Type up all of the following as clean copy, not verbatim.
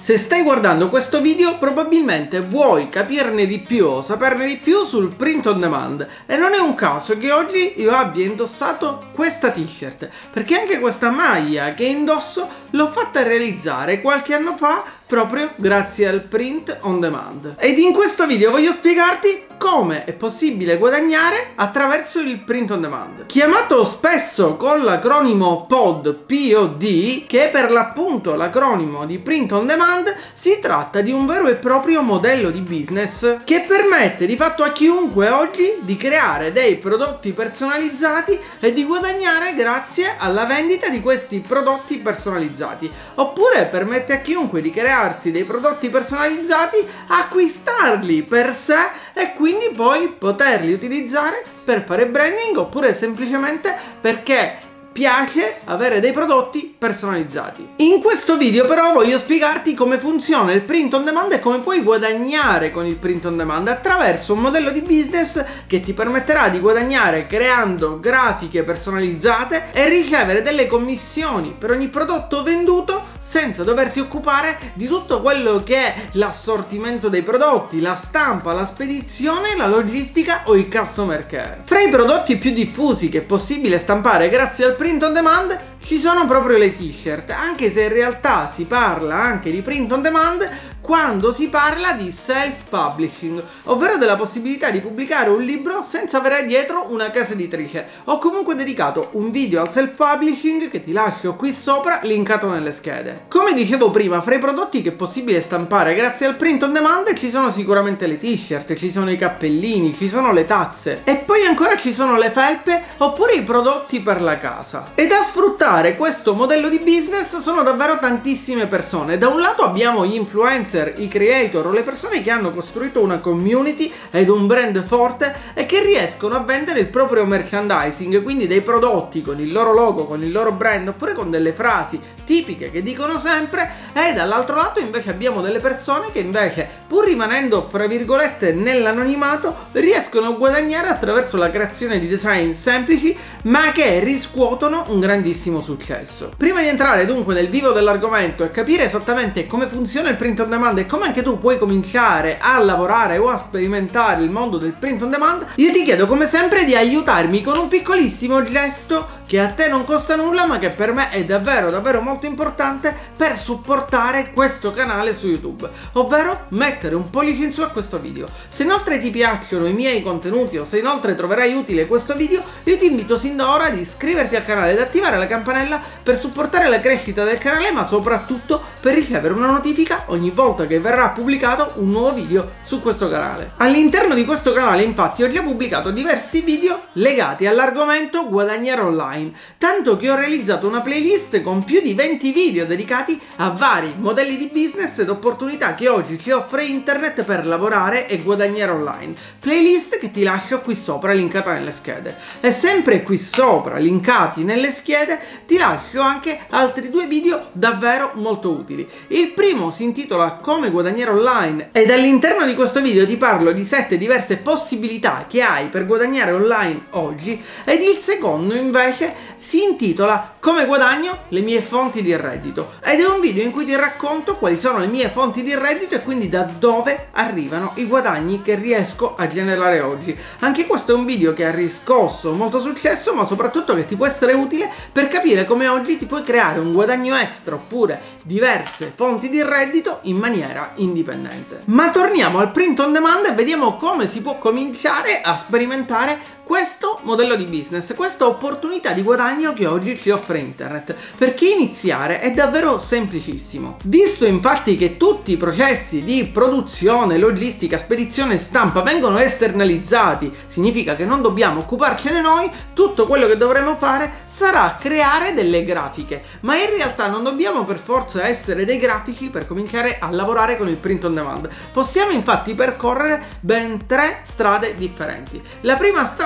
Se stai guardando questo video probabilmente vuoi capirne di più o saperne di più sul print on demand e non è un caso che oggi io abbia indossato questa t-shirt, perché anche questa maglia che indosso l'ho fatta realizzare qualche anno fa proprio grazie al print on demand. Ed in questo video voglio spiegarti come è possibile guadagnare attraverso il print on demand, chiamato spesso con l'acronimo POD, che è per l'appunto l'acronimo di print on demand. Si tratta di un vero e proprio modello di business che permette di fatto a chiunque oggi di creare dei prodotti personalizzati e di guadagnare grazie alla vendita di questi prodotti personalizzati, oppure permette a chiunque di crearsi dei prodotti personalizzati, acquistarli per sé e quindi poi poterli utilizzare per fare branding, oppure semplicemente perché piace avere dei prodotti personalizzati. In questo video però voglio spiegarti come funziona il print on demand e come puoi guadagnare con il print on demand attraverso un modello di business che ti permetterà di guadagnare creando grafiche personalizzate e ricevere delle commissioni per ogni prodotto venduto senza doverti occupare di tutto quello che è l'assortimento dei prodotti, la stampa, la spedizione, la logistica o il customer care. Fra i prodotti più diffusi che è possibile stampare grazie al print on demand ci sono proprio le t-shirt, anche se in realtà si parla anche di print on demand quando si parla di self-publishing, ovvero della possibilità di pubblicare un libro senza avere dietro una casa editrice. Ho comunque dedicato un video al self-publishing che ti lascio qui sopra linkato nelle schede. Come dicevo prima, fra i prodotti che è possibile stampare grazie al print on demand ci sono sicuramente le t-shirt, ci sono i cappellini, ci sono le tazze e poi ancora ci sono le felpe oppure i prodotti per la casa. E da sfruttare questo modello di business sono davvero tantissime persone. Da un lato abbiamo gli influencer, i creator o le persone che hanno costruito una community ed un brand forte e che riescono a vendere il proprio merchandising, quindi dei prodotti con il loro logo, con il loro brand oppure con delle frasi tipiche che dicono sempre. E dall'altro lato invece abbiamo delle persone che invece, pur rimanendo fra virgolette nell'anonimato, riescono a guadagnare attraverso la creazione di design semplici ma che riscuotono un grandissimo successo. Prima di entrare dunque nel vivo dell'argomento e capire esattamente come funziona il print on demand e come anche tu puoi cominciare a lavorare o a sperimentare il mondo del print on demand, io ti chiedo come sempre di aiutarmi con un piccolissimo gesto che a te non costa nulla ma che per me è davvero molto importante per supportare questo canale su YouTube, ovvero mettere un pollice in su a questo video. Se inoltre ti piacciono i miei contenuti o se inoltre troverai utile questo video, io ti invito sin da ora ad iscriverti al canale ed attivare la campanella per supportare la crescita del canale, ma soprattutto per ricevere una notifica ogni volta che verrà pubblicato un nuovo video su questo canale. All'interno di questo canale infatti ho già pubblicato diversi video legati all'argomento guadagnare online, tanto che ho realizzato una playlist con più di 20 video dedicati a vari modelli di business ed opportunità che oggi ci offre internet per lavorare e guadagnare online. Playlist che ti lascio qui sopra linkata nelle schede. E sempre qui sopra linkati nelle schede ti lascio anche altri due video davvero molto utili. Il primo si intitola Come guadagnare online ed all'interno di questo video ti parlo di 7 diverse possibilità che hai per guadagnare online oggi, ed il secondo invece si intitola Come guadagno le mie fonti di reddito ed è un video in cui ti racconto quali sono le mie fonti di reddito e quindi da dove arrivano i guadagni che riesco a generare oggi. Anche questo è un video che ha riscosso molto successo, ma soprattutto che ti può essere utile per capire come oggi ti puoi creare un guadagno extra oppure diverse fonti di reddito in maniera indipendente. Ma torniamo al print on demand e vediamo come si può cominciare a sperimentare questo modello di business, questa opportunità di guadagno che oggi ci offre internet. Perché iniziare è davvero semplicissimo. Visto infatti che tutti i processi di produzione, logistica, spedizione e stampa vengono esternalizzati, significa che non dobbiamo occuparcene noi, tutto quello che dovremo fare sarà creare delle grafiche. Ma in realtà non dobbiamo per forza essere dei grafici per cominciare a lavorare con il print on demand. Possiamo infatti percorrere ben 3 strade differenti. La prima strada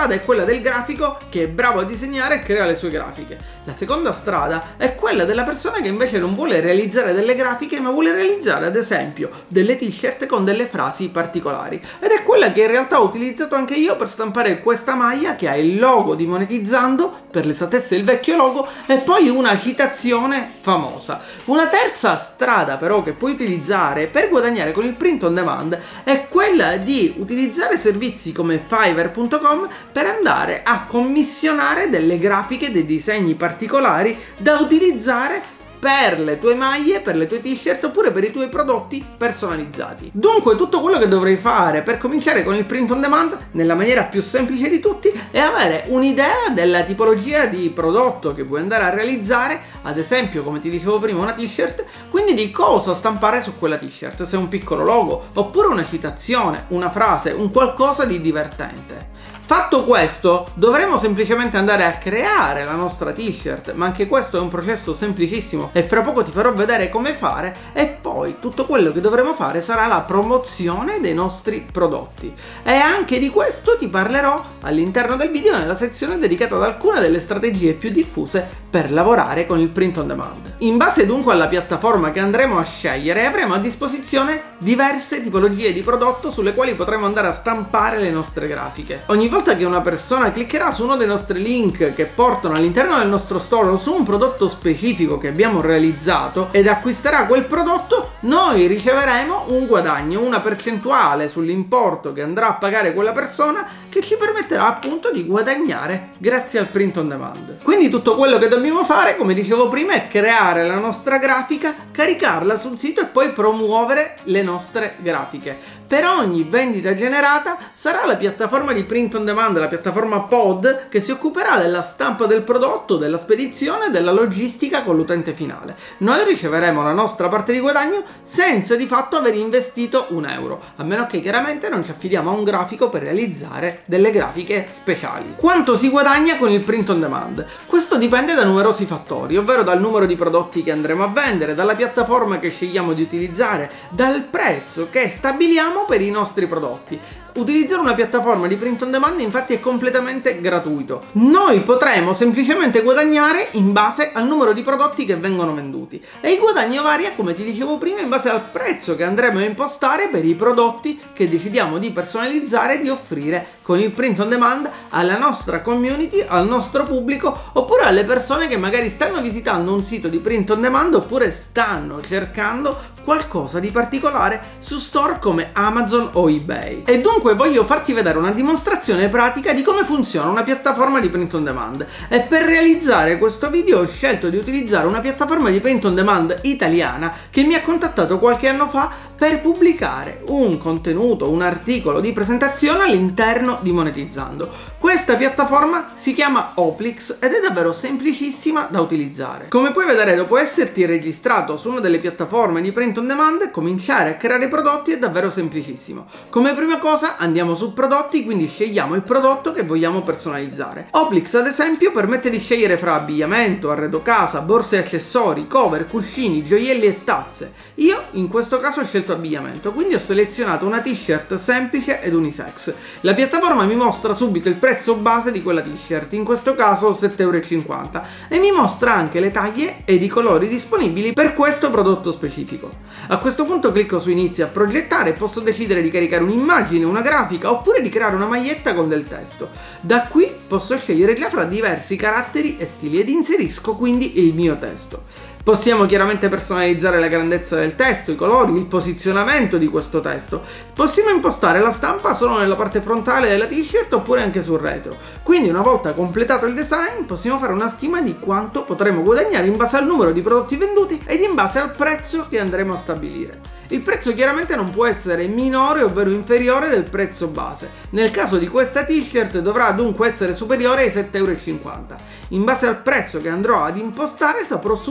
strada è quella del grafico che è bravo a disegnare e crea le sue grafiche. La seconda strada è quella della persona che invece non vuole realizzare delle grafiche, ma vuole realizzare ad esempio delle t-shirt con delle frasi particolari. Ed è quella che in realtà ho utilizzato anche io per stampare questa maglia che ha il logo di Monetizzando, per l'esattezza il vecchio logo, e poi una citazione famosa. Una terza strada però che puoi utilizzare per guadagnare con il print on demand è quella di utilizzare servizi come Fiverr.com per andare a commissionare delle grafiche, dei disegni particolari da utilizzare per le tue maglie, per le tue t-shirt oppure per i tuoi prodotti personalizzati. Dunque tutto quello che dovrei fare per cominciare con il print on demand nella maniera più semplice di tutti è avere un'idea della tipologia di prodotto che vuoi andare a realizzare, ad esempio come ti dicevo prima una t-shirt, quindi di cosa stampare su quella t-shirt, se è un piccolo logo oppure una citazione, una frase, un qualcosa di divertente. Fatto questo, dovremo semplicemente andare a creare la nostra t-shirt, ma anche questo è un processo semplicissimo e fra poco ti farò vedere come fare, e poi tutto quello che dovremo fare sarà la promozione dei nostri prodotti. E anche di questo ti parlerò all'interno del video nella sezione dedicata ad alcune delle strategie più diffuse per lavorare con il print on demand. In base dunque alla piattaforma che andremo a scegliere, avremo a disposizione diverse tipologie di prodotto sulle quali potremo andare a stampare le nostre grafiche. Ogni volta che una persona cliccherà su uno dei nostri link che portano all'interno del nostro store o su un prodotto specifico che abbiamo realizzato ed acquisterà quel prodotto, noi riceveremo un guadagno, una percentuale sull'importo che andrà a pagare quella persona, che ci permetterà appunto di guadagnare grazie al print on demand. Quindi tutto quello che dobbiamo fare, come dicevo prima, è creare la nostra grafica, caricarla sul sito e poi promuovere le nostre grafiche. Per ogni vendita generata sarà la piattaforma di print on demand, la piattaforma Pod, che si occuperà della stampa del prodotto, della spedizione e della logistica con l'utente finale. Noi riceveremo la nostra parte di guadagno senza di fatto aver investito un euro, a meno che chiaramente non ci affidiamo a un grafico per realizzare delle grafiche speciali. Quanto si guadagna con il print on demand? Questo dipende da numerosi fattori, ovvero dal numero di prodotti che andremo a vendere, dalla piattaforma che scegliamo di utilizzare, dal prezzo che stabiliamo per i nostri prodotti. Utilizzare una piattaforma di print on demand infatti è completamente gratuito. Noi potremo semplicemente guadagnare in base al numero di prodotti che vengono venduti, e il guadagno varia, come ti dicevo prima, in base al prezzo che andremo a impostare per i prodotti che decidiamo di personalizzare e di offrire con il print on demand alla nostra community, al nostro pubblico, oppure alle persone che magari stanno visitando un sito di print on demand oppure stanno cercando qualcosa di particolare su store come Amazon o eBay. E dunque voglio farti vedere una dimostrazione pratica di come funziona una piattaforma di print on demand, e per realizzare questo video ho scelto di utilizzare una piattaforma di print on demand italiana che mi ha contattato qualche anno fa per pubblicare un contenuto, un articolo di presentazione all'interno di Monetizzando. Questa piattaforma si chiama Oplix ed è davvero semplicissima da utilizzare. Come puoi vedere, dopo esserti registrato su una delle piattaforme di print on demand, cominciare a creare prodotti è davvero semplicissimo. Come prima cosa andiamo su prodotti, quindi scegliamo il prodotto che vogliamo personalizzare. Oplix ad esempio permette di scegliere fra abbigliamento, arredo casa, borse e accessori, cover, cuscini, gioielli e tazze. Io in questo caso ho scelto abbigliamento, quindi ho selezionato una t-shirt semplice ed unisex. La piattaforma mi mostra subito il prezzo base di quella t-shirt, in questo caso 7,50 €, e mi mostra anche le taglie ed i colori disponibili per questo prodotto specifico. A questo punto clicco su inizia a progettare e posso decidere di caricare un'immagine, una grafica oppure di creare una maglietta con del testo. Da qui posso scegliere già fra diversi caratteri e stili ed inserisco quindi il mio testo. Possiamo chiaramente personalizzare la grandezza del testo, i colori, il posizionamento di questo testo. Possiamo impostare la stampa solo nella parte frontale della t-shirt oppure anche sul retro. Quindi una volta completato il design possiamo fare una stima di quanto potremo guadagnare in base al numero di prodotti venduti ed in base al prezzo che andremo a stabilire. Il prezzo chiaramente non può essere minore ovvero inferiore del prezzo base. Nel caso di questa t-shirt dovrà dunque essere superiore ai 7,50 €. In base al prezzo che andrò ad impostare saprò subito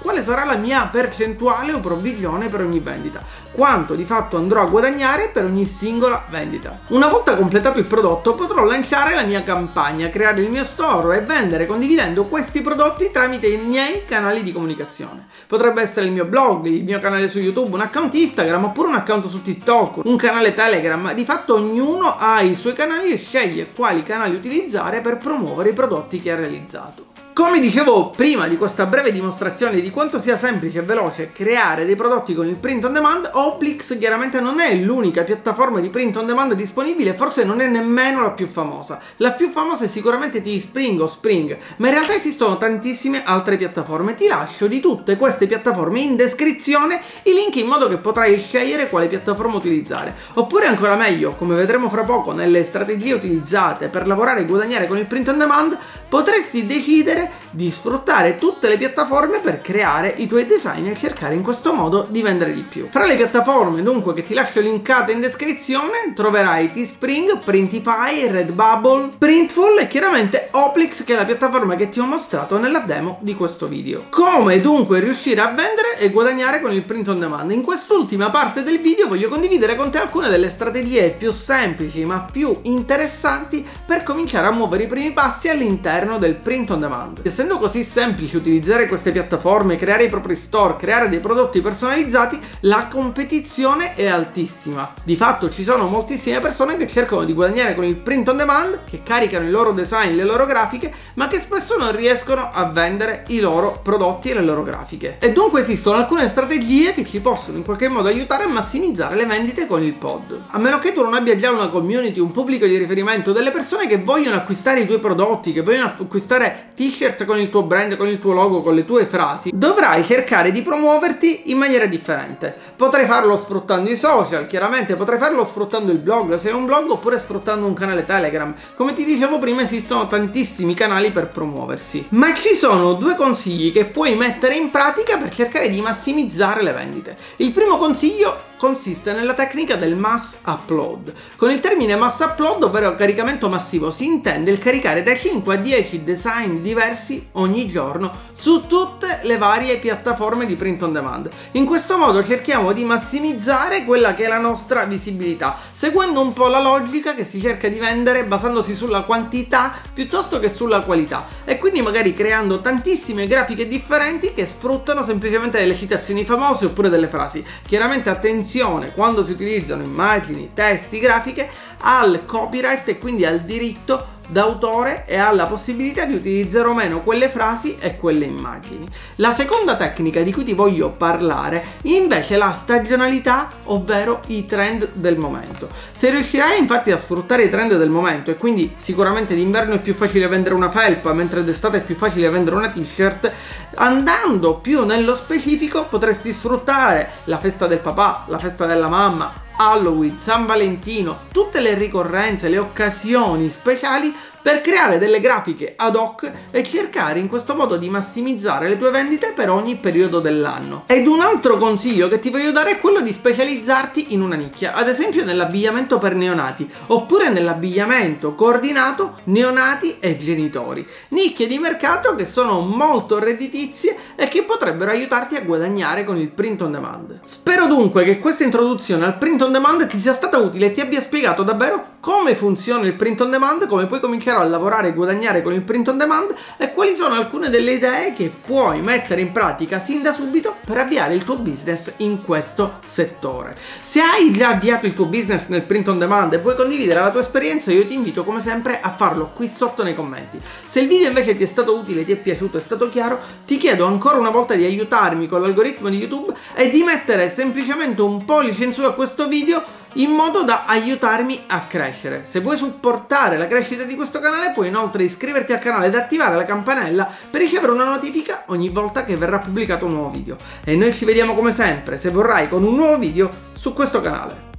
quale sarà la mia percentuale o provvigione per ogni vendita, quanto di fatto andrò a guadagnare per ogni singola vendita. Una volta completato il prodotto potrò lanciare la mia campagna, creare il mio store e vendere condividendo questi prodotti tramite i miei canali di comunicazione. Potrebbe essere il mio blog, il mio canale su YouTube, un account Instagram oppure un account su TikTok, un canale Telegram. Di fatto ognuno ha i suoi canali e sceglie quali canali utilizzare per promuovere i prodotti che ha realizzato. Come dicevo prima di questa breve dimostrazione di quanto sia semplice e veloce creare dei prodotti con il print on demand, Oplix chiaramente non è l'unica piattaforma di print on demand disponibile, forse non è nemmeno la più famosa. La più famosa è sicuramente Teespring o Spring, ma in realtà esistono tantissime altre piattaforme. Ti lascio di tutte queste piattaforme in descrizione i link in modo che potrai scegliere quale piattaforma utilizzare. Oppure ancora meglio, come vedremo fra poco nelle strategie utilizzate per lavorare e guadagnare con il print on demand, potresti decidere di sfruttare tutte le piattaforme per creare i tuoi design e cercare in questo modo di vendere di più. Fra le piattaforme dunque che ti lascio linkate in descrizione troverai Teespring, Printify, Redbubble, Printful e chiaramente Oplix, che è la piattaforma che ti ho mostrato nella demo di questo video. Come dunque riuscire a vendere e guadagnare con il print on demand? In quest'ultima parte del video voglio condividere con te alcune delle strategie più semplici ma più interessanti per cominciare a muovere i primi passi all'interno del print on demand. Essendo così semplice utilizzare queste piattaforme, creare i propri store, creare dei prodotti personalizzati, la competizione è altissima. Di fatto ci sono moltissime persone che cercano di guadagnare con il print on demand, che caricano i loro design, le loro grafiche, ma che spesso non riescono a vendere i loro prodotti e le loro grafiche. E dunque esistono alcune strategie che ci possono in qualche modo aiutare a massimizzare le vendite con il pod. A meno che tu non abbia già una community, un pubblico di riferimento, delle persone che vogliono acquistare i tuoi prodotti, che vogliono acquistare t-shirt con il tuo brand, con il tuo logo, con le tue frasi, dovrai cercare di promuoverti in maniera differente. Potrai farlo sfruttando i social, chiaramente potrai farlo sfruttando il blog, se è un blog, oppure sfruttando un canale Telegram. Come ti dicevo prima, esistono tantissimi canali per promuoversi. Ma ci sono due consigli che puoi mettere in pratica per cercare di massimizzare le vendite. Il primo consiglio consiste nella tecnica del mass upload. Con il termine mass upload, ovvero caricamento massivo, si intende il caricare da 5 a 10 design diversi ogni giorno su tutte le varie piattaforme di print on demand. In questo modo cerchiamo di massimizzare quella che è la nostra visibilità, seguendo un po' la logica che si cerca di vendere basandosi sulla quantità piuttosto che sulla qualità, e quindi magari creando tantissime grafiche differenti che sfruttano semplicemente delle citazioni famose oppure delle frasi. Chiaramente attenzione quando si utilizzano immagini, testi, grafiche al copyright e quindi al diritto d'autore e alla possibilità di utilizzare o meno quelle frasi e quelle immagini. La seconda tecnica di cui ti voglio parlare invece è la stagionalità, ovvero i trend del momento. Se riuscirai infatti a sfruttare i trend del momento, e quindi sicuramente d'inverno è più facile vendere una felpa mentre d'estate è più facile vendere una t-shirt, andando più nello specifico potresti sfruttare la festa del papà, la festa della mamma, Halloween, San Valentino, tutte le ricorrenze, le occasioni speciali per creare delle grafiche ad hoc e cercare in questo modo di massimizzare le tue vendite per ogni periodo dell'anno. Ed un altro consiglio che ti voglio dare è quello di specializzarti in una nicchia, ad esempio nell'abbigliamento per neonati oppure nell'abbigliamento coordinato neonati e genitori. Nicchie di mercato che sono molto redditizie e che potrebbero aiutarti a guadagnare con il print on demand. Spero dunque che questa introduzione al print on demand ti sia stata utile e ti abbia spiegato davvero come funziona il print on demand, come puoi cominciare a lavorare e guadagnare con il print on demand e quali sono alcune delle idee che puoi mettere in pratica sin da subito per avviare il tuo business in questo settore. Se hai già avviato il tuo business nel print on demand e vuoi condividere la tua esperienza, io ti invito come sempre a farlo qui sotto nei commenti. Se il video invece ti è stato utile, ti è piaciuto, è stato chiaro, ti chiedo ancora una volta di aiutarmi con l'algoritmo di YouTube e di mettere semplicemente un pollice in su a questo video in modo da aiutarmi a crescere. Se vuoi supportare la crescita di questo canale, puoi inoltre iscriverti al canale ed attivare la campanella per ricevere una notifica ogni volta che verrà pubblicato un nuovo video. E noi ci vediamo come sempre, se vorrai, con un nuovo video su questo canale.